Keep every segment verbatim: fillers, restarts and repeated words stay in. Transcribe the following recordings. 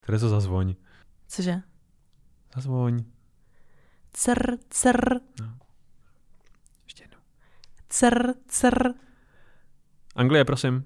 Terezo, zazvoň. Cože? Zazvoň. Cr, cr. No. Ještě jednou. Cr, cr. Anglie, prosím.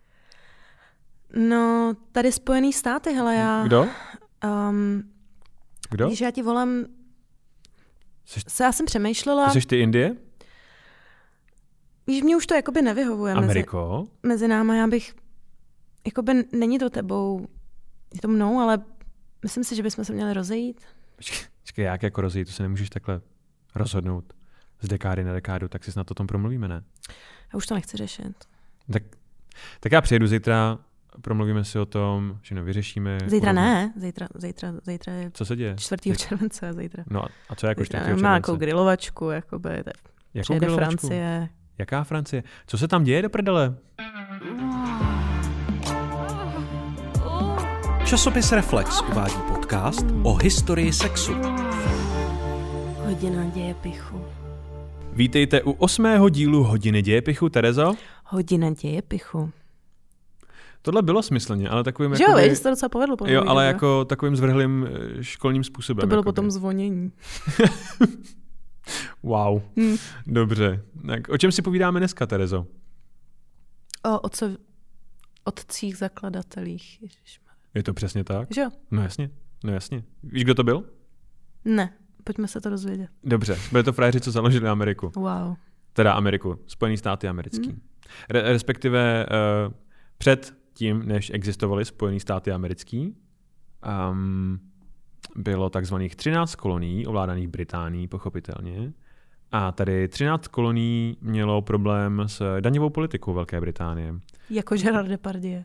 No, tady Spojený státy, hele, já... Kdo? Um, Kdo? Když já ti volám... Jsi... Se já jsem přemýšlela... Jsi ty Indie? Víš, mě už to jakoby nevyhovuje. Ameriko? Mezi, mezi náma, já bych... Jakoby není to tebou, je to mnou, ale myslím si, že bychom se měli rozejít. Počkej, počkej, jak jako rozejít? To se nemůžeš takhle rozhodnout z dekády na dekádu, tak si na to tom promluvíme, ne? Já už to nechci řešit. Tak, tak já přijedu zítra, promluvíme si o tom, že vyřešíme. Zítra ne, zítra, zítra, zítra je co se děje? čtvrtého července zítra. No a co jako čtvrtého července? Má nějakou grilovačku, jakoby. Jakou grilovačku? Francie. Jaká Francie? Co se tam děje do prdele? Časopis Reflex uvádí podcast o historii sexu. Hodina dějepichu. Vítejte u osmého dílu Hodiny dějepichu, Terezo. Hodina dějepichu. Tohle bylo smyslně, ale takovým... Že jo, víš, to docela povedlo. Jo, ale dobře. Jako takovým zvrhlým školním způsobem. To bylo jakoby. potom zvonění. Wow, hmm. Dobře. Tak, o čem si povídáme dneska, Terezo? O otco, otcích zakladatelích. Ježišmarja. Je to přesně tak? Že jo? No jasně, no jasně. Víš, kdo to byl? Ne, pojďme se to dozvědět. Dobře, byli to frajeři, co založili Ameriku. Wow. Teda Ameriku, Spojený státy americký. Hmm. Re- respektive uh, před tím, než existovaly Spojený státy americký, um, bylo takzvaných třináct kolonií ovládaných Británií, pochopitelně. A tady třináct kolonií mělo problém s daňovou politikou Velké Británie. Jako Gerard Depardieu.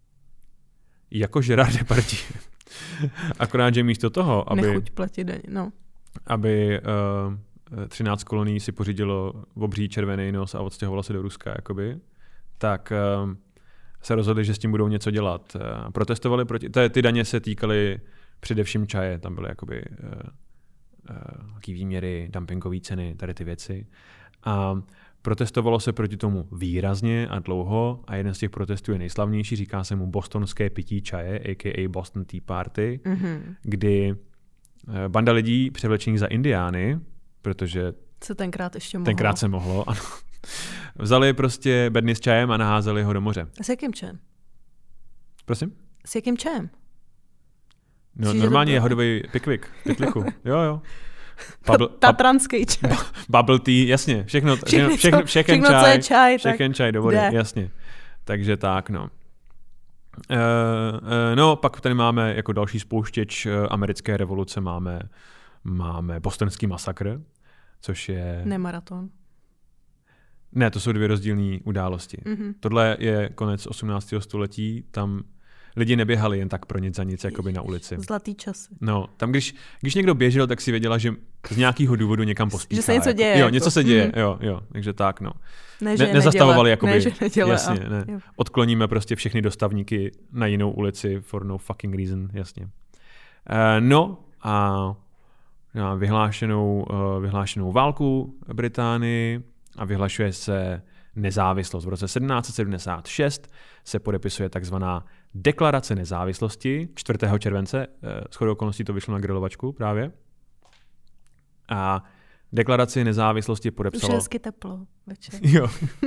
Jako Gerard Depardieu. Akorát, že místo toho, aby... Nechuť platit daň, no. Aby uh, třináct kolonií si pořídilo obří červený nos a odstěhovalo se do Ruska, jakoby, tak uh, se rozhodli, že s tím budou něco dělat. Uh, protestovali proti... Ty, ty daně se týkaly především čaje, tam byly jakoby uh, uh, jaký výměry, dumpingové ceny, tady ty věci. A protestovalo se proti tomu výrazně a dlouho a jeden z těch protestů je nejslavnější, říká se mu bostonské pití čaje, a k a. Boston Tea Party, mm-hmm. kdy banda lidí převlečených za indiány, protože co tenkrát ještě mohlo. Tenkrát se mohlo, ano. Vzali prostě bedny s čajem a naházeli ho do moře. A s jakým čajem? Prosím? S jakým čajem? No, Myslíš, normálně jahodový pikvik v pytlichu. Jo, jo. Bubble, Tatranský čaj. Bubble tea, jasně. Všechno, všechno, všechno, všechno, všechno čaj, co je čaj, všechno čaj do vody, jde. Jasně. Takže tak, no. Uh, uh, no, pak tady máme jako další spouštěč uh, americké revoluce, máme, máme bostonský masakr, což je... Ne maraton. Ne, to jsou dvě rozdílné události. Mm-hmm. Tohle je konec osmnáctého století, tam lidi neběhali jen tak pro nic za nic, jakoby na ulici. Zlatý časy. No, tam když, když někdo běžel, tak si věděla, že z nějakého důvodu někam pospíchá. Že se něco děje. Jako. Jo, jako. něco se děje, mm. jo, jo, takže tak, no. Ne, že ne, nezastavovali, jakoby, ne, že neděle, jasně, ne. Jo. Odkloníme prostě všechny dostavníky na jinou ulici for no fucking reason, jasně. Uh, no a no, vyhlášenou, uh, vyhlášenou válku Británii a vyhlašuje se nezávislost. V roce sedmnáct set sedmdesát šest se podepisuje takzvaná Deklarace nezávislosti, čtvrtého července, shodou okolností to vyšlo na grilovačku právě. A Deklaraci nezávislosti podepsalo... Už je hezky teplo večer. Jo.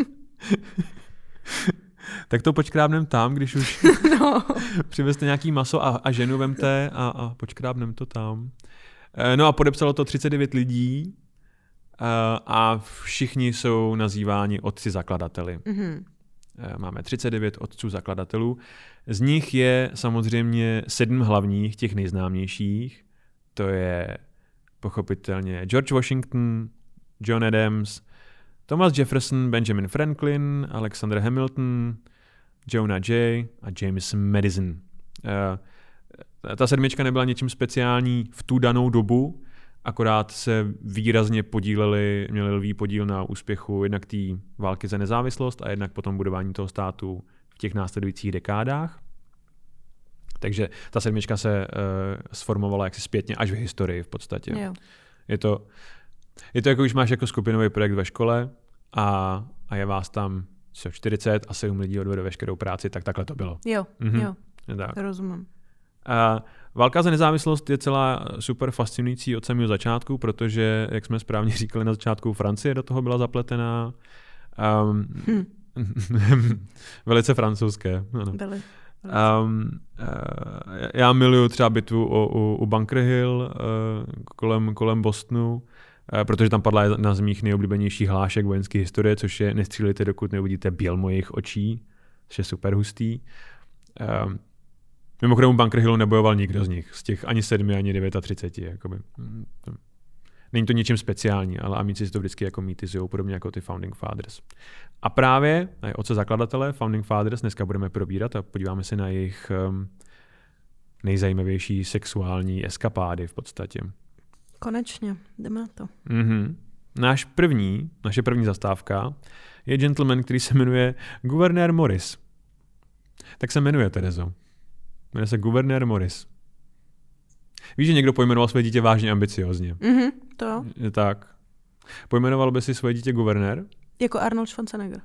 Tak to počkrábnem tam, když už no. Přivezte nějaký maso a, a ženu vemte a, a počkrábnem to tam. No a podepsalo to třicet devět lidí a všichni jsou nazýváni otci zakladateli. Mm-hmm. Máme třicet devět otců zakladatelů. Z nich je samozřejmě sedm hlavních, těch nejznámějších. To je pochopitelně George Washington, John Adams, Thomas Jefferson, Benjamin Franklin, Alexander Hamilton, Jonah Jay a James Madison. Ta sedmička nebyla něčím speciální v tu danou dobu, akorát se výrazně podíleli, měli lví podíl na úspěchu jednak té války za nezávislost a jednak potom budování toho státu v těch následujících dekádách. Takže ta sedmička se uh, sformovala jaksi zpětně až v historii v podstatě. Jo. Je to, je to jako když máš jako skupinový projekt ve škole a, a je vás tam čtyřicet a sedm lidí odvede veškerou práci, tak takhle to bylo. Jo, mhm. jo, tak. rozumím. A válka za nezávislost je celá super fascinující od samého začátku, protože, jak jsme správně říkali na začátku, Francie do toho byla zapletená. Um, hm. Velice francouzské. Ano. Byli. Um, uh, já miluju třeba bitvu o, o, o Bunker Hill uh, kolem, kolem Bostonu, uh, protože tam padla jedna z mých nejoblíbenějších hlášek vojenské historie, což je nestřílejte, dokud neuvidíte běl mojich očí, což je super hustý. Um, mimochodem u Bunker Hillu nebojoval nikdo z nich, z těch ani sedmi, ani třicet devět. Jakoby. Není to něčím speciální, ale amici si to vždycky jako mýtizujou, podobně jako ty Founding Fathers. A právě otce zakladatele Founding Fathers dneska budeme probírat a podíváme se na jejich um, nejzajímavější sexuální eskapády v podstatě. Konečně, jdeme na to. Mm-hmm. Náš první, naše první zastávka je gentleman, který se jmenuje guvernér Morris. Tak se jmenuje, Terezo. Jmenuje se guvernér Morris. Víš, že někdo pojmenoval své dítě vážně ambiciozně? Mhm, to jo. Je tak. Pojmenoval by si svoje dítě guvernér? Jako Arnold Schwarzenegger.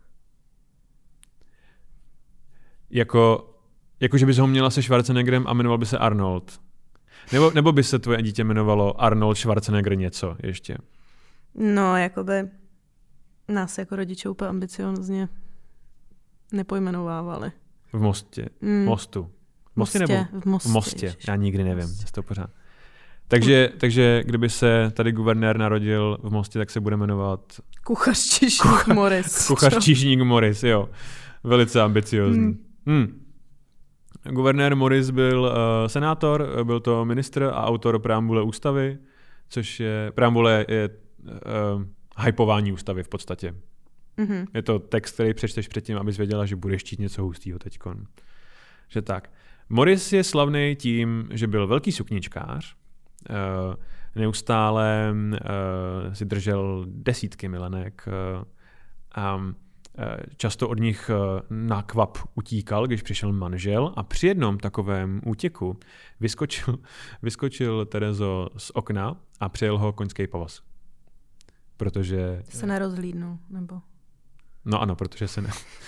Jako, jako že bys ho měla se Schwarzeneggerem a jmenoval by se Arnold. Nebo, nebo by se tvoje dítě jmenovalo Arnold Schwarzenegger něco ještě? No, jakoby nás jako rodiče úplně ambiciozně nepojmenovávali. V Mostě. Mm. Mostu. V Mostě, Mostě nebo? v Mostě. V Mostě. Ježiš. Já nikdy nevím. Je to pořád. Takže, takže kdyby se tady guvernér narodil v Mostě, tak se bude jmenovat Kuchař Číšník Morris. Kuchař Číšník Morris, jo. Velice ambiciozní. Mm. Hmm. Guvernér Morris byl uh, senátor, byl to ministr a autor preambule ústavy, což je, preambule je uh, hypování ústavy v podstatě. Mm-hmm. Je to text, který přečteš předtím, abys věděla, že budeš chtít něco hustýho teďkon. Že tak. Morris je slavný tím, že byl velký sukničkář, uh, neustále uh, si držel desítky milenek uh, a um, často od nich na kvap utíkal, když přišel manžel a při jednom takovém útěku vyskočil, vyskočil Terezo z okna a přejel ho koňský povoz. Protože... Se nerozhlídnul, nebo... No ano, protože se ne...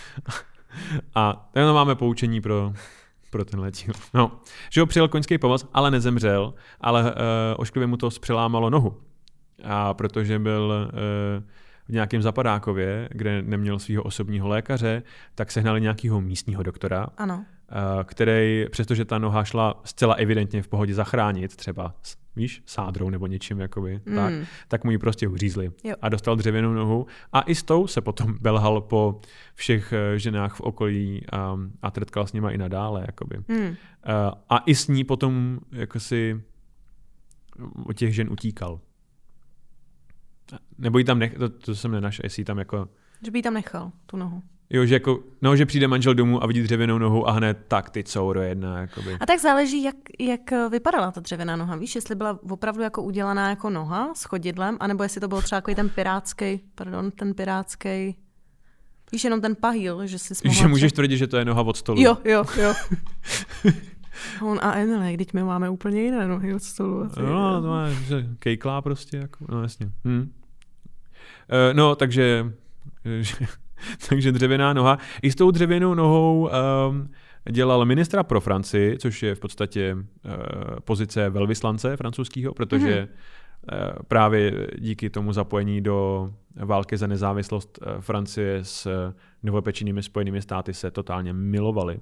A tady máme poučení pro, pro tenhle díl. No, že ho přijel koňský povoz, ale nezemřel, ale uh, ošklivě mu to přelámalo nohu. A protože byl... Uh, v nějakém Zapadákově, kde neměl svého osobního lékaře, tak sehnali nějakého místního doktora, ano. který, přestože ta noha šla zcela evidentně v pohodě zachránit, třeba víš, sádrou nebo něčím, jakoby, mm. tak, tak mu ji prostě uřízli. Jo. A dostal dřevěnou nohu a i s tou se potom belhal po všech ženách v okolí a, a trtkal s nima i nadále. Jakoby. Mm. A i s ní potom jako si od těch žen utíkal. Nebo jí tam nech, to, to jsem nenašel, jestli jí tam jako... Že by jí tam nechal, tu nohu. Jo, že jako, no, že přijde manžel domů a vidí dřevěnou nohu a hned tak, ty couro jedna, jakoby. A tak záleží, jak, jak vypadala ta dřevěná noha, víš, jestli byla opravdu jako udělaná jako noha s chodidlem, anebo jestli to byl třeba takový ten pirátský, pardon, ten pirátský, víš, jenom ten pahýl, že si smohla... Že můžeš tvrdit, že to je noha od stolu. Jo, jo, jo. On a Emily, teď my máme úplně jiné nohy od stolu. No, to má, že kejklá prostě, jako, no jasně. Hm. E, no, takže, že, takže dřevěná noha. I s tou dřevěnou nohou um, dělal ministra pro Francii, což je v podstatě uh, pozice velvyslance francouzského, protože mm-hmm. uh, právě díky tomu zapojení do války za nezávislost uh, Francie s uh, novopečenými Spojenými státy se totálně milovali.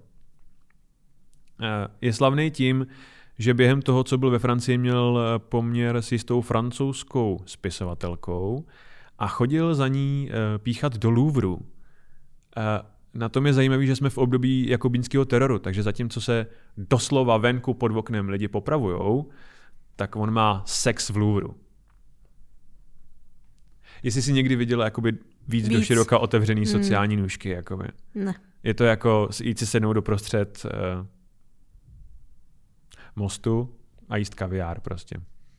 Je slavný tím, že během toho, co byl ve Francii, měl poměr s jistou francouzskou spisovatelkou a chodil za ní píchat do Louvru. Na tom je zajímavé, že jsme v období jakobínského teroru, takže zatímco se doslova venku pod oknem lidi popravujou, tak on má sex v Louvru. Jestli jsi někdy viděla jakoby víc, víc. do široka otevřený sociální hmm. nůžky. Jakoby. Ne. Je to jako jít si sednout doprostřed uh, mostu a jíst kaviár prostě.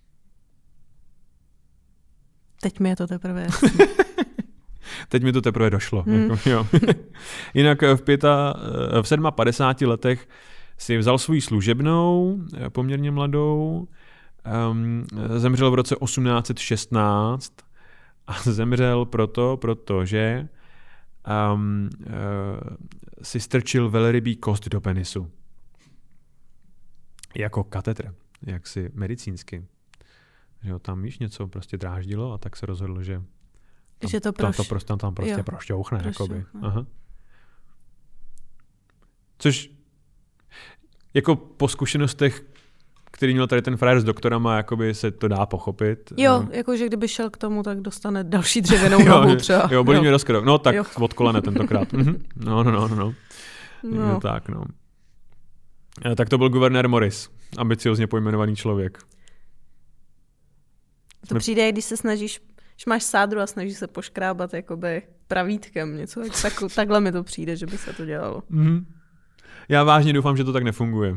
Teď mi je to teprve Teď mi to teprve došlo. Hmm. Jako, jo. Jinak v, pěta, v padesáti letech si vzal svou služebnou, poměrně mladou, um, zemřel v roce osmnáct set šestnáct a zemřel proto, protože um, uh, si strčil velrybí kost do penisu. jako katedr, jaksi medicínsky. Že ho tam víš něco prostě dráždilo a tak se rozhodlo, že tam, že to, proš... to, to prostě, tam prostě prošťouchne. Jakoby. Aha. Což jako po zkušenostech, který měl tady ten frajer s doktorama, jakoby se to dá pochopit. Jo, um, jakože kdyby šel k tomu, tak dostane další dřevěnou nohu třeba. Jo, bolí mě rozkrok. No tak jo. Od kolene tentokrát. no, no, no, no. no. no. Tak, no. Tak to byl guvernér Morris. Ambiciozně pojmenovaný člověk. To Jsme... přijde, když se snažíš, když máš sádru a snažíš se poškrábat jakoby pravítkem něco, tak, takhle mi to přijde, že by se to dělalo. Mm-hmm. Já vážně doufám, že to tak nefunguje.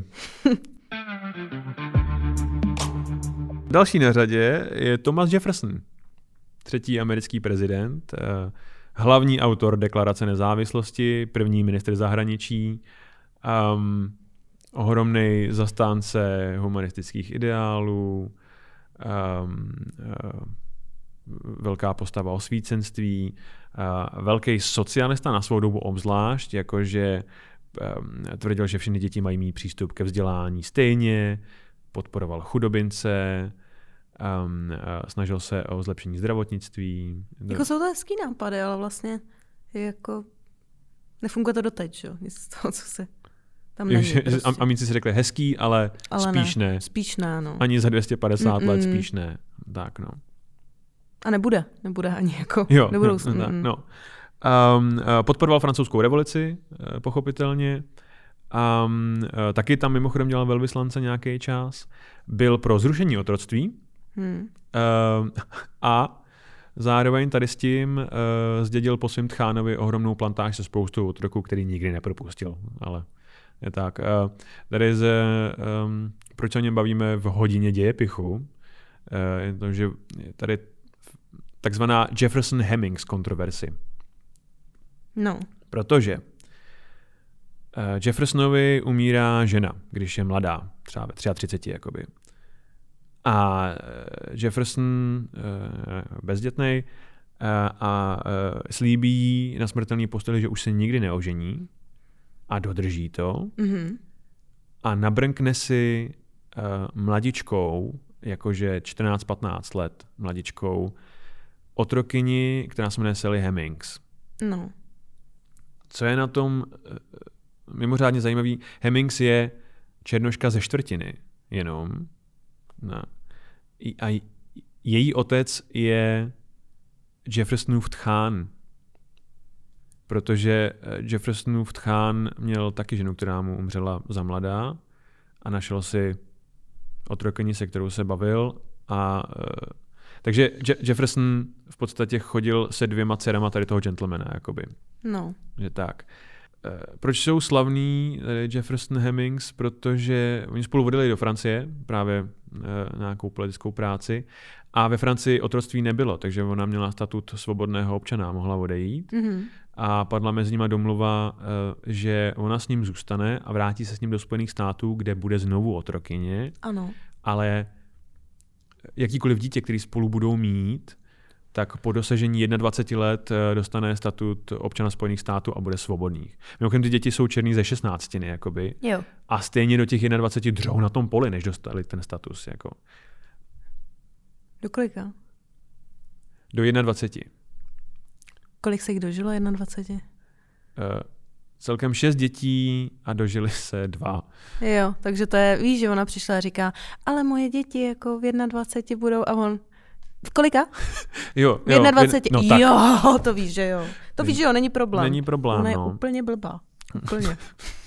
Další na řadě je Thomas Jefferson, třetí americký prezident, hlavní autor Deklarace nezávislosti, první ministr zahraničí, um, ohromný zastánce humanistických ideálů, um, uh, velká postava osvícenství, uh, velký socialista na svou dobu obzvlášť, jakože um, tvrdil, že všechny děti mají mít přístup ke vzdělání stejně, podporoval chudobince, um, uh, snažil se o zlepšení zdravotnictví. Jako jsou to hezký nápady, ale vlastně jako nefunguje to doteď, jo? Nic z toho, co se tam není. Prostě. Amíci si řekli hezký, ale, ale spíš ne. ne. Spíš ne, no. Ani za dvě stě padesát Mm-mm. let spíš ne. Tak, no. A nebude. Nebude ani jako. Jo, nebudou, no, no. Um, podporoval francouzskou revoluci, pochopitelně. Um, taky tam mimochodem dělal velvyslance nějaký čas. Byl pro zrušení otroctví. Hmm. Um, a zároveň tady s tím uh, zdědil po svým tchánovi ohromnou plantáž se spoustou otroků, který nikdy nepropustil. Ale je tak. Uh, tady z, um, proč o něm bavíme v hodině dějepichu, uh, je to, že tady takzvaná Jefferson-Hemmings kontroverzi. No. Protože uh, Jeffersonovi umírá žena, když je mladá, třeba ve třiceti tři, jakoby. A Jefferson uh, bezdětnej uh, a uh, slíbí na smrtelný posteli, že už se nikdy neožení a dodrží to. Mm-hmm. A nabrnkne si uh, mladičkou, jakože čtrnáct patnáct let mladičkou, otrokyni, která se jmenuje Sally Hemings. No. Co je na tom uh, mimořádně zajímavý, Hemings je černoška ze čtvrtiny jenom. No. A její otec je Jeffersonův tchán, protože Jeffersonův tchán měl taky ženu, která mu umřela za mladá a našel si otrokyni, se kterou se bavil. A, takže Jefferson v podstatě chodil se dvěma dcerama tady toho gentlemana, jakoby. No. Že tak. Proč jsou slavní Jefferson Hemings? Protože oni spolu odjeli do Francie právě na nějakou politickou práci a ve Francii otroctví nebylo, takže ona měla statut svobodného občana, mohla odejít mm-hmm. a padla mezi nimi domluva, že ona s ním zůstane a vrátí se s ním do Spojených států, kde bude znovu otrokyně, ano. Ale jakýkoliv dítě, který spolu budou mít, tak po dosažení dvacet jedna let dostane statut občana Spojených států a bude svobodný. Mimochodem ty děti jsou černý ze šestnáctiny, jakoby. Jo. A stejně do těch dvacet jedna dřou na tom poli, než dostali ten status. Jako. Do kolika? Do dvacet jedna. Kolik se jich dožilo dvacet jedna? Uh, celkem šest dětí a dožili se dva. Jo, takže to je, víš, že ona přišla a říká, ale moje děti jako v dvacet jedna budou a on... V kolika? Jo, jo. V dvacet jedna. No, jo, to víš, že jo. To víš, že jo, není problém. Není problém, Ona je no. úplně blbá. Úplně.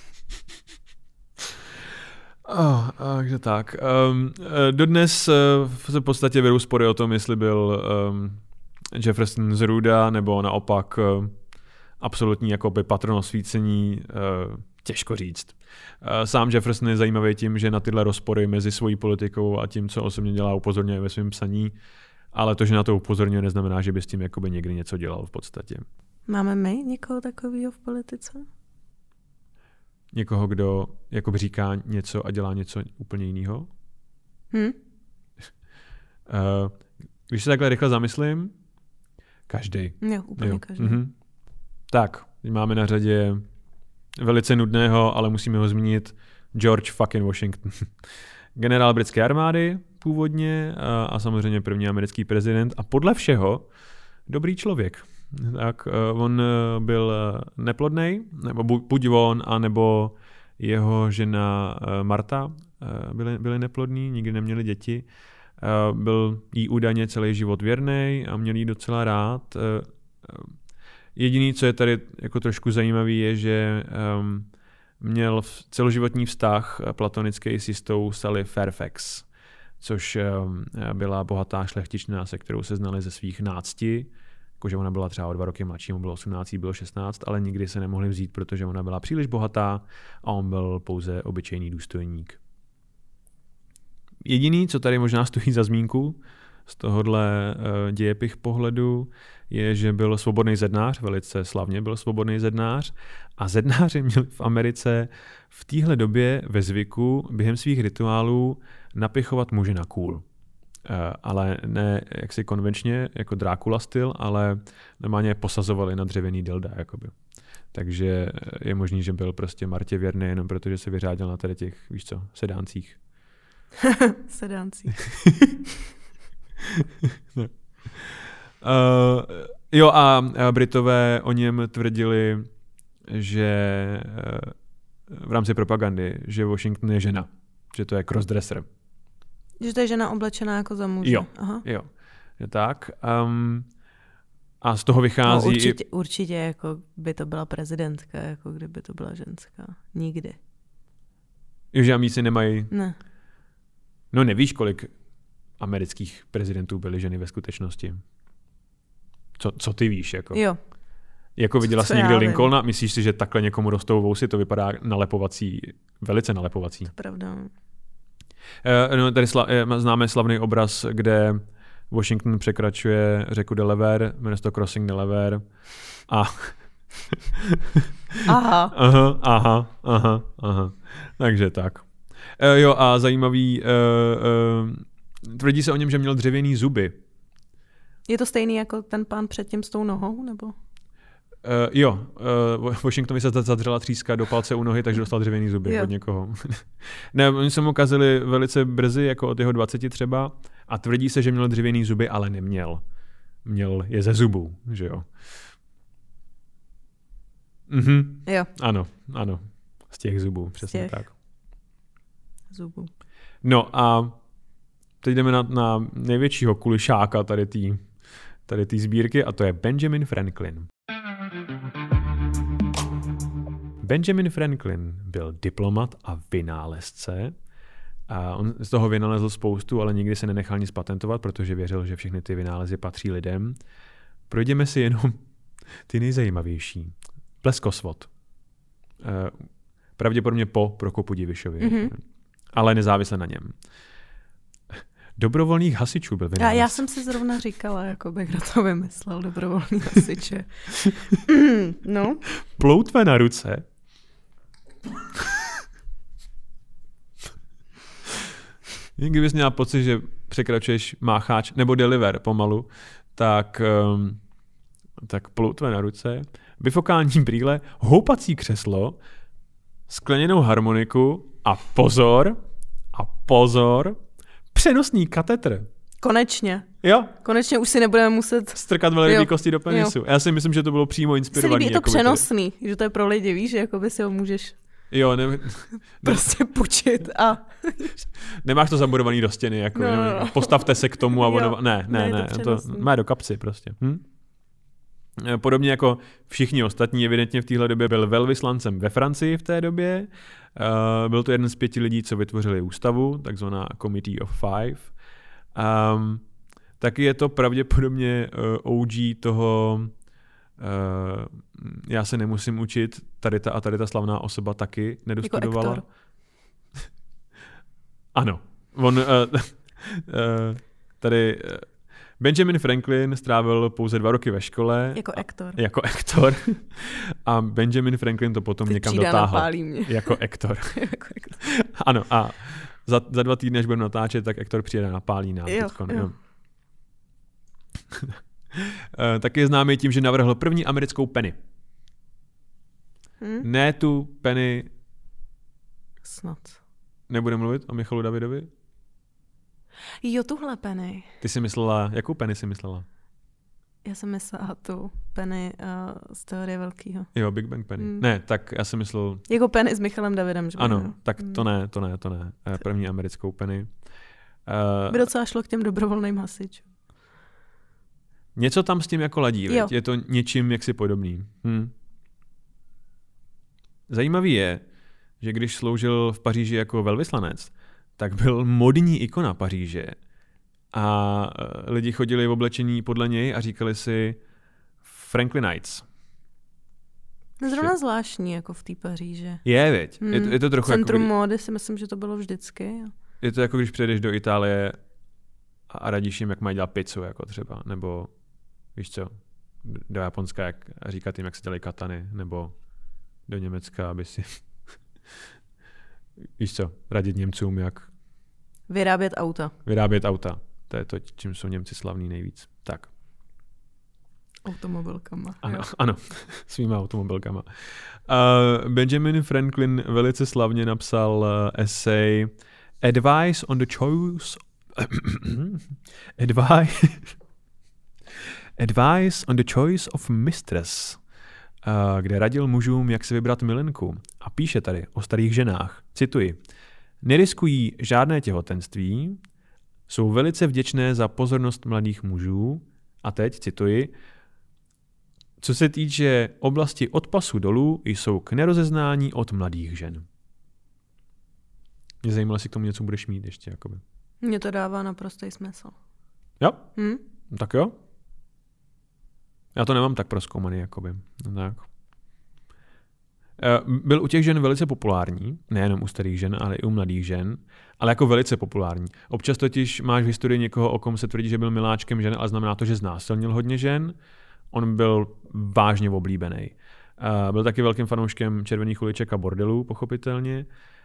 oh, takže tak. Um, dodnes uh, se v podstatě vedou spory o tom, jestli byl um, Jefferson zrůda, nebo naopak uh, absolutní jakoby patron osvícení, uh, těžko říct. Uh, sám Jefferson je zajímavý tím, že na tyhle rozpory mezi svojí politikou a tím, co osobně dělá, upozorňuje ve svém psaní. Ale to, že na to upozorňuje, neznamená, že by s tím jakoby někdy něco dělal v podstatě. Máme my někoho takového v politice? Někoho, kdo jakoby říká něco a dělá něco úplně jiného? Hm? Uh, když se takhle rychle zamyslím, každý. Jo, úplně jo. Každý. Mhm. Tak, máme na řadě velice nudného, ale musíme ho zmínit, George fucking Washington. Generál britské armády původně a, a samozřejmě první americký prezident a podle všeho dobrý člověk. Tak on byl neplodnej, nebo buď on, anebo jeho žena Marta byli, byli neplodní, nikdy neměli děti. Byl jí údajně celý život věrnej a měl jí docela rád. Jediný, co je tady jako trošku zajímavý, je, že um, měl celoživotní vztah platonický s jistou Sally Fairfax, což um, byla bohatá šlechtičná, se kterou se znali ze svých nácti. Jakože ona byla třeba o dva roky mladší, mu bylo osmnáct, bylo šestnáct, ale nikdy se nemohli vzít, protože ona byla příliš bohatá a on byl pouze obyčejný důstojník. Jediný, co tady možná stojí za zmínku z tohohle uh, dějepich pohledu, je, že byl svobodný zednář, velice slavně byl svobodný zednář a zednáři měli v Americe v téhle době ve zvyku během svých rituálů napichovat muže na kůl. Uh, ale ne jaksi konvenčně, jako Drákula styl, ale normálně posazovali na dřevěný dilda. Jakoby. Takže je možný, že byl prostě Martě věrný jenom protože se vyřádil na tady těch, víš co, sedáncích. Sedáncích. no. Uh, jo a Britové o něm tvrdili, že uh, v rámci propagandy, že Washington je žena, že to je crossdresser. Že to je žena oblečená jako za muže. Jo, Aha. jo. Je tak. Um, a z toho vychází... No, určitě, určitě jako by to byla prezidentka, jako kdyby to byla ženská. Nikdy. Jo, že amíci nemají... Ne. No nevíš, kolik amerických prezidentů byly ženy ve skutečnosti. Co, co ty víš? Jako? Jo. Jako viděla co jsi někdy vím. Lincolna? Myslíš si, že takhle někomu rostou vousy? To vypadá nalepovací, velice nalepovací. To pravda. Uh, no, tady sla- známe slavný obraz, kde Washington překračuje řeku Delaware, jmenuje se to Crossing Delaware. A... aha. aha, aha, aha, aha. Takže tak. Uh, jo a zajímavý, uh, uh, tvrdí se o něm, že měl dřevěný zuby. Je to stejný jako ten pán předtím s tou nohou, nebo? Uh, jo, uh, Washingtonovi se zadřela tříska do palce u nohy, takže dostal dřevěný zuby jo. od někoho. Ne, oni se mu ukazili velice brzy, jako od jeho dvaceti třeba, a tvrdí se, že měl dřevěný zuby, ale neměl. Měl je ze zubů, že jo. Mhm. Jo. Ano, ano. Z těch zubů, přesně těch. tak. Zubů. No a teď jdeme na, na největšího kulišáka tady té tady té sbírky a to je Benjamin Franklin. Benjamin Franklin byl diplomat a vynálezce. A on z toho vynalezl spoustu, ale nikdy se nenechal nic patentovat, protože věřil, že všechny ty vynálezy patří lidem. Projdeme si jenom ty nejzajímavější. Pleskosvod. Pravděpodobně po Prokopu Divišovi. Mm-hmm. Ale nezávisle na něm. Dobrovolných hasičů byl vynález. Já, já jsem si zrovna říkala, jakoby, kdo to vymyslel, dobrovolný hasiče. No. Ploutve na ruce. Kdybys měla pocit, že překračuješ mácháč nebo deliver pomalu, tak, um, tak ploutve na ruce, bifokální brýle, houpací křeslo, skleněnou harmoniku a pozor, a pozor, přenosný katetr. Konečně. Jo. Konečně už si nebudeme muset... strkat velrybí kosti do penisu. Jo. Já si myslím, že to bylo přímo inspirovaný. Je to přenosný, to... že to je pro lidi, víš, že jakoby si ho můžeš jo, ne, ne, prostě půjčit a... Nemáš to zabudovaný do stěny, jako no, no, no. Postavte se k tomu a ono... Ne, ne, ne, ne, to, to má do kapsy prostě. Hm? Podobně jako všichni ostatní, evidentně v téhle době byl velvyslancem ve Francii v té době. Uh, byl to jeden z pěti lidí, co vytvořili ústavu, takzvaná Committee of Five. Um, taky je to pravděpodobně uh, O G toho, uh, já se nemusím učit, tady ta a tady ta slavná osoba taky nedostudovala. Jako ano. On, uh, uh, tady uh, Benjamin Franklin strávil pouze dva roky ve škole. Jako ektor. Jako ektor. A Benjamin Franklin to potom Teď někam dotáhl. Mě. Jako ektor. jako ektor. Ano, a za, za dva týdny, až budeme natáčet, tak ektor přijede a napálí nám. Jo, teďkon, jo. jo. Taky je známý tím, že navrhl první americkou penny. Hmm? Ne tu penny snad. Nebude mluvit o Michalu Davidovi? Jo, tuhle Penny. Ty jsi myslela, jakou Penny jsi myslela? Já jsem myslela tu Penny uh, z Teorie velkýho. Jo, Big Bang Penny. Hmm. Ne, tak já jsem myslel... Jako Penny s Michalem Davidem, že? Ano, no? tak to ne, to ne, to ne. První americkou Penny. Uh, by docela šlo k těm dobrovolným hasičům. Něco tam s tím jako ladí, je to něčím jaksi podobný. Hm. Zajímavý je, že když sloužil v Paříži jako velvyslanec, tak byl modní ikona Paříže. A lidi chodili v oblečení podle něj a říkali si Franklinites. Zrovna zvláštní, jako v té Paříži. Je, veď. Hmm. Je, to, je to trochu Centrum jako, módy si myslím, že to bylo vždycky. Je to jako když přijedeš do Itálie a radíš jim, jak mají dělat pizzu, jako třeba. Nebo, víš co, do Japonska jak, a říkat jim, jak se dělají katany. Nebo do Německa, aby si víš co, radit Němcům, jak vyrábět auta. Vyrábět auta. To je to, čím jsou Němci slavní nejvíc. Tak. Automobilkama. Ano, ano, svýma automobilkama. Uh, Benjamin Franklin velice slavně napsal uh, essay Advice on the Choice Advice Advice on the Choice of Mistress, uh, kde radil mužům, jak si vybrat milenku. A píše tady o starých ženách. Cituji. Neriskují žádné těhotenství, jsou velice vděčné za pozornost mladých mužů. A teď, cituji, co se týče oblasti od pasu dolů, jsou k nerozeznání od mladých žen. Mě zajímalo, jestli k tomu něco budeš mít ještě. Jakoby. Mně to dává naprostý smysl. Jo? Hm? Tak jo. Já to nemám tak prozkoumaný, jakoby. No tak. Byl u těch žen velice populární, nejenom u starých žen, ale i u mladých žen, ale jako velice populární. Občas totiž máš v historii někoho, o kom se tvrdí, že byl miláčkem žen, ale znamená to, že znásilnil hodně žen. On byl vážně oblíbený. Byl taky velkým fanouškem červených uliček a bordelů, pochopitelně.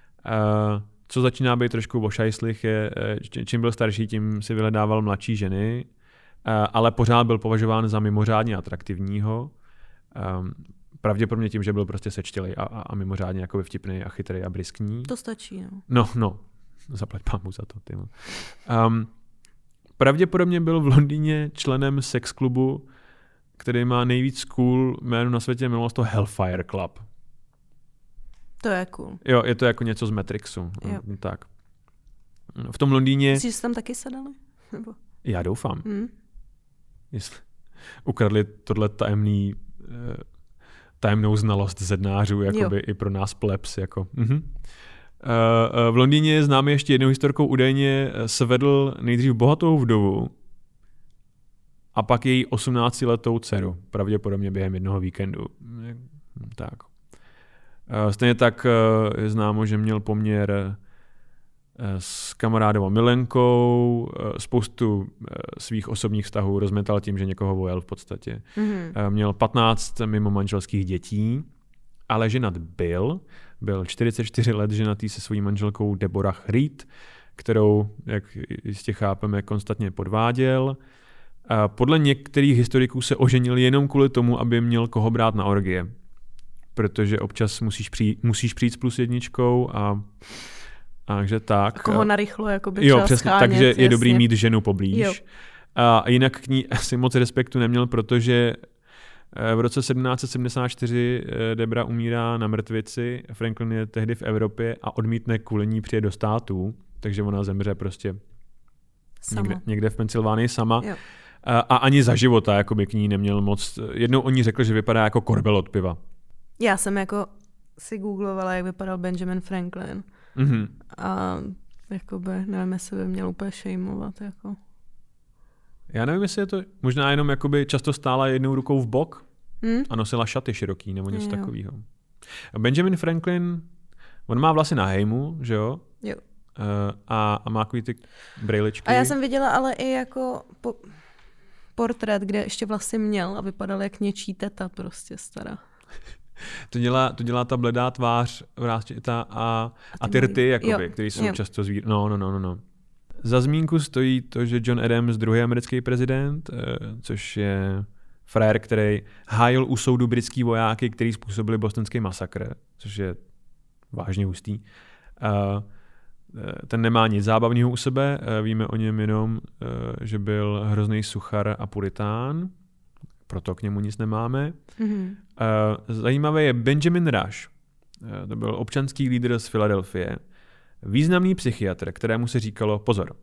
Co začíná být trošku ošajslich je, čím byl starší, tím si vyhledával mladší ženy, ale pořád byl považován za mimořádně atraktivního. Pravděpodobně tím, že byl prostě sečtělej a, a, a mimořádně jakoby vtipný a chytrý a briskní. To stačí, no. No, no. Zaplať pámu za to. Ty. Um, pravděpodobně byl v Londýně členem sex klubu, který má nejvíc cool jméno na světě, jmenovalo se to Hellfire Club. To je cool. Jo, je to jako něco z Matrixu. Jo. Tak. V tom Londýně... Myslíš, že jsi tam taky sedali? Nebo? Já doufám. Hmm. Jestli ukradli tohle tajemný, tajemnou znalost zednářů, jakoby i pro nás plebs. Jako. Mhm. V Londýně je známý ještě jednou historkou, údajně svedl nejdřív bohatou vdovu a pak její osmnáctiletou dceru, pravděpodobně během jednoho víkendu. Tak. Stejně tak je známo, že měl poměr s kamarádovou milenkou, spoustu svých osobních vztahů rozmetal tím, že někoho vojel v podstatě. Mm-hmm. Měl patnáct mimo manželských dětí, ale ženat byl. Byl čtyřicet čtyři let ženatý se svojí manželkou Deborah Reed, kterou, jak jistě chápeme, konstantně podváděl. Podle některých historiků se oženil jenom kvůli tomu, aby měl koho brát na orgie. Protože občas musíš přijít, musíš přijít s plus jedničkou a takže tak. A koho narychlo jakoby jo, čas přesně, schánět, takže jasně. je dobrý mít ženu poblíž. Jo. A jinak k ní asi moc respektu neměl, protože v roce sedmnáct set sedmdesát čtyři Debra umírá na mrtvici, Franklin je tehdy v Evropě a odmítne kvůli ní přijet do států, takže ona zemře prostě někde, někde v Pensylvánii sama. Jo. A, a ani za života jakoby k ní neměl moc. Jednou o ní řekl, že vypadá jako korbel od piva. Já jsem jako si googlovala, jak vypadal Benjamin Franklin. Mm-hmm. A jakoby, nevím, jestli by měl úplně šejmovat. Jako. Já nevím, jestli je to možná jenom jakoby často stála jednou rukou v bok hmm? a nosila šaty široký nebo něco jo. takového. Benjamin Franklin, on má vlasy na hejmu, že jo? Jo. Uh, a, a má takový ty brejličky. A já jsem viděla ale i jako po, portrét, kde ještě vlasy měl a vypadal jak něčí teta prostě stará. To dělá, to dělá ta bledá tvář ta a, a, a ty rty, jakoby, které jsou jo. často zvír... No, no, no, no, no. Za zmínku stojí to, že John Adams, druhý americký prezident, což je frér, který hájil u soudu britský vojáky, který způsobili bostonský masakr, což je vážně hustý. Ten nemá nic zábavného u sebe, víme o něm jenom, že byl hrozný suchar a puritán, proto k němu nic nemáme. Mm-hmm. Zajímavé je Benjamin Rush. To byl občanský lídr z Filadelfie. Významný psychiatr, kterému se říkalo pozor.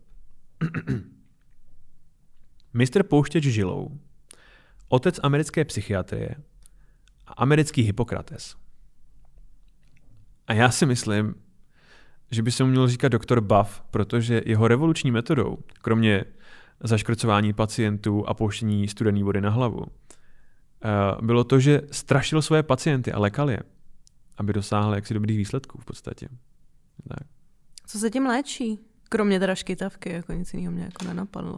mistr Pouštěč žilou, otec americké psychiatrie a americký Hippokrates. A já si myslím, že by se mu měl říkat doktor Buff, protože jeho revoluční metodou, kromě zaškrcování pacientů a pouštění studené vody na hlavu, bylo to, že strašil svoje pacienty a lekal je, aby dosáhl jaksi dobrých výsledků v podstatě. Tak. Co se tím léčí? Kromě teda škytavky, jako nic jiného mě jako nenapadlo.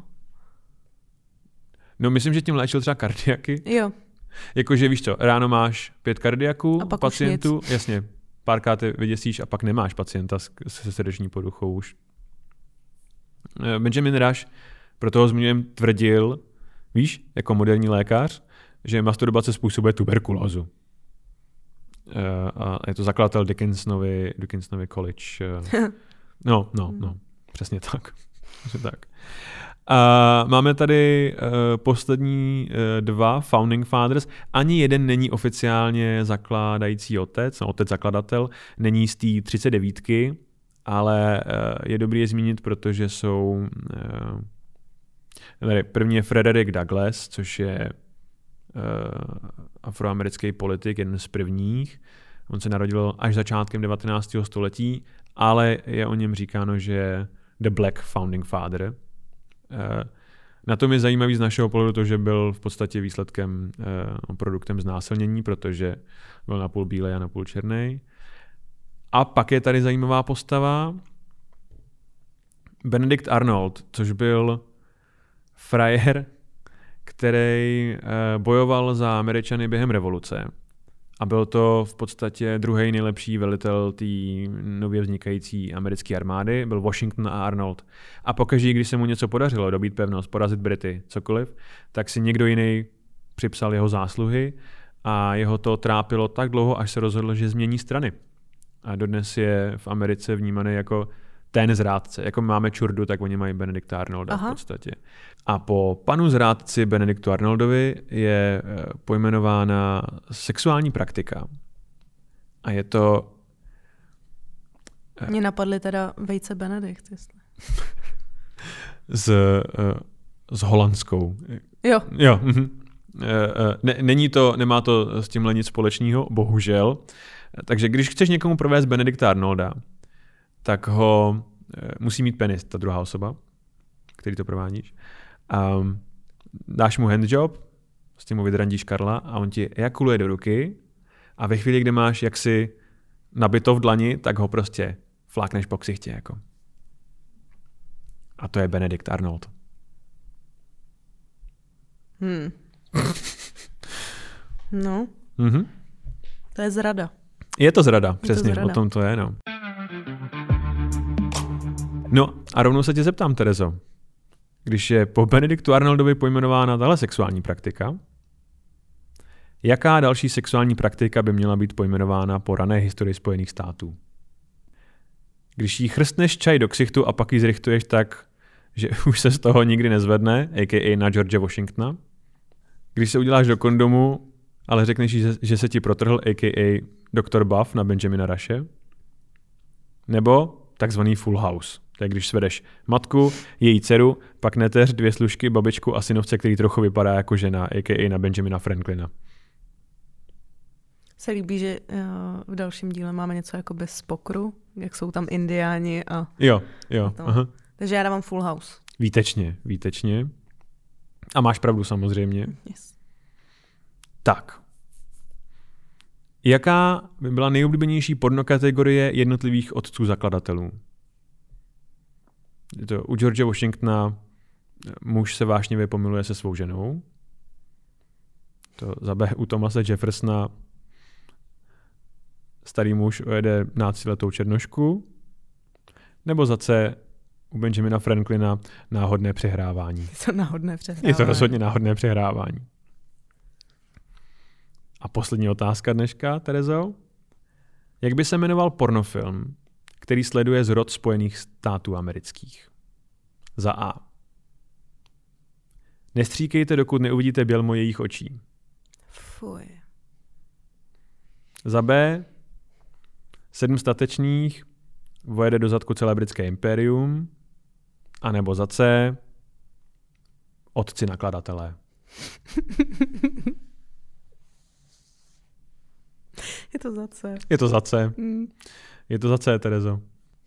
No myslím, že tím léčil třeba kardiaky. Jo. Jakože víš co, ráno máš pět kardiaků pacientů, jasně, párkrát je vyděsíš a pak nemáš pacienta se srdeční poruchou už. Benjamin Rush, pro toho zmiňujem, tvrdil, víš, jako moderní lékař, že masturbace způsobuje tuberkulózu. A je to zakladatel Dickinsonovy, Dickinsonovy college. No, no, no, přesně tak. Přesně tak. A máme tady uh, poslední uh, dva founding fathers. Ani jeden není oficiálně zakládající otec, no, otec zakladatel, není z té třicet devítky, ale uh, je dobrý je zmínit, protože jsou uh, tady první je Frederick Douglass, což je uh, afroamerický politik, jeden z prvních. On se narodil až začátkem devatenáctého století, ale je o něm říkáno, že the Black Founding Father. Na tom je zajímavý z našeho pohledu to, že byl v podstatě výsledkem, produktem znásilnění, protože byl napůl bílej a napůl černý. A pak je tady zajímavá postava Benedict Arnold, což byl frajer, který bojoval za Američany během revoluce. A byl to v podstatě druhý nejlepší velitel té nově vznikající americké armády, byl Washington a Arnold. A pokaždé, když se mu něco podařilo, dobít pevnost, porazit Brity, cokoliv, tak si někdo jiný připsal jeho zásluhy a jeho to trápilo tak dlouho, až se rozhodl, že změní strany. A dodnes je v Americe vnímaný jako ten zrádce. Jako máme Čurdu, tak oni mají Benedikta Arnolda. Aha. V podstatě. A po panu zrádci Benediktu Arnoldovi je pojmenována sexuální praktika. A je to... Mně napadly teda vejce Benedikt, jestli. s, s holandskou. Jo. Jo. Ne, není to, nemá to s tímhle nic společného, bohužel. Takže když chceš někomu provést Benedikta Arnolda, tak ho musí mít penis, ta druhá osoba, který to provádíš. Um, dáš mu handjob, s tím mu vydrandíš Karla a on ti ejakuluje do ruky a ve chvíli, kdy máš jaksi nabito v dlani, tak ho prostě flákneš po ksichtě. Jako. A to je Benedikt Arnold. Hmm. No. Mm-hmm. To je zrada. Je to zrada, přesně, to zrada. O tom to je, no. No a rovnou se tě zeptám, Terezo. Když je po Benediktu Arnoldovi pojmenována tahle sexuální praktika, jaká další sexuální praktika by měla být pojmenována po rané historii Spojených států? Když jí chrstneš čaj do ksichtu a pak ji zrichtuješ tak, že už se z toho nikdy nezvedne, a k a na George Washingtona. Když se uděláš do kondomu, ale řekneš jí, že se ti protrhl, a k a doktor Buff na Benjamina Rushe. Nebo takzvaný full house. To je, když svedeš matku, její dceru, pak neteř, dvě služky, babičku a synovce, který trochu vypadá jako žena, a k a na Benjamina Franklina. Se líbí, že uh, v dalším díle máme něco jako bez pokru, jak jsou tam indiáni a... Jo, jo. Aha. Takže já dávám full house. Výtečně, výtečně. A máš pravdu samozřejmě. Yes. Tak. Jaká by byla nejoblíbenější pornokategorie jednotlivých otců zakladatelů? Je to u George Washingtona muž se vášnivě pomiluje se svou ženou. To za B u Thomase Jeffersona starý muž ojede náctiletou černošku. Nebo za C u Benjamina Franklina náhodné přehrávání. Je to náhodné přehrávání. Je to rozhodně náhodné přehrávání. A poslední otázka dneška, Terezo. Jak by se jmenoval pornofilm, který sleduje zrod Spojených států amerických? Za A. Nestříkejte, dokud neuvidíte bělmo jejich očí. Fuj. Za B. Sedm statečných vojede do zadku celé britské impérium. A nebo za C. Otci nakladatelé. Je to za C. Je to za C. Mm. Je to za C, Terezo.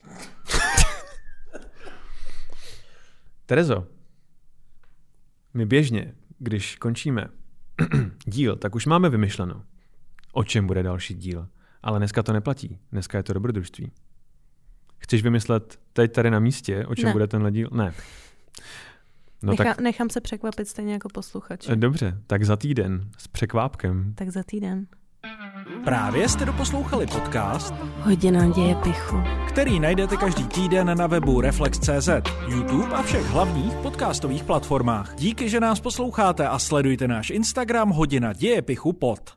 Terezo, my běžně, když končíme díl, tak už máme vymyšleno, o čem bude další díl. Ale dneska to neplatí. Dneska je to dobrodružství. Chceš vymyslet teď tady na místě, o čem ne. bude tenhle díl? Ne. No Nechá, tak, nechám se překvapit stejně jako posluchači. dobře, tak za týden s překvápkem. Tak za týden. Právě jste doposlouchali podcast, Hodina dějepichu. který najdete každý týden na webu Reflex tečka cé zet, YouTube a všech hlavních podcastových platformách. Díky, že nás posloucháte a sledujte náš Instagram Hodina dějepichu pod.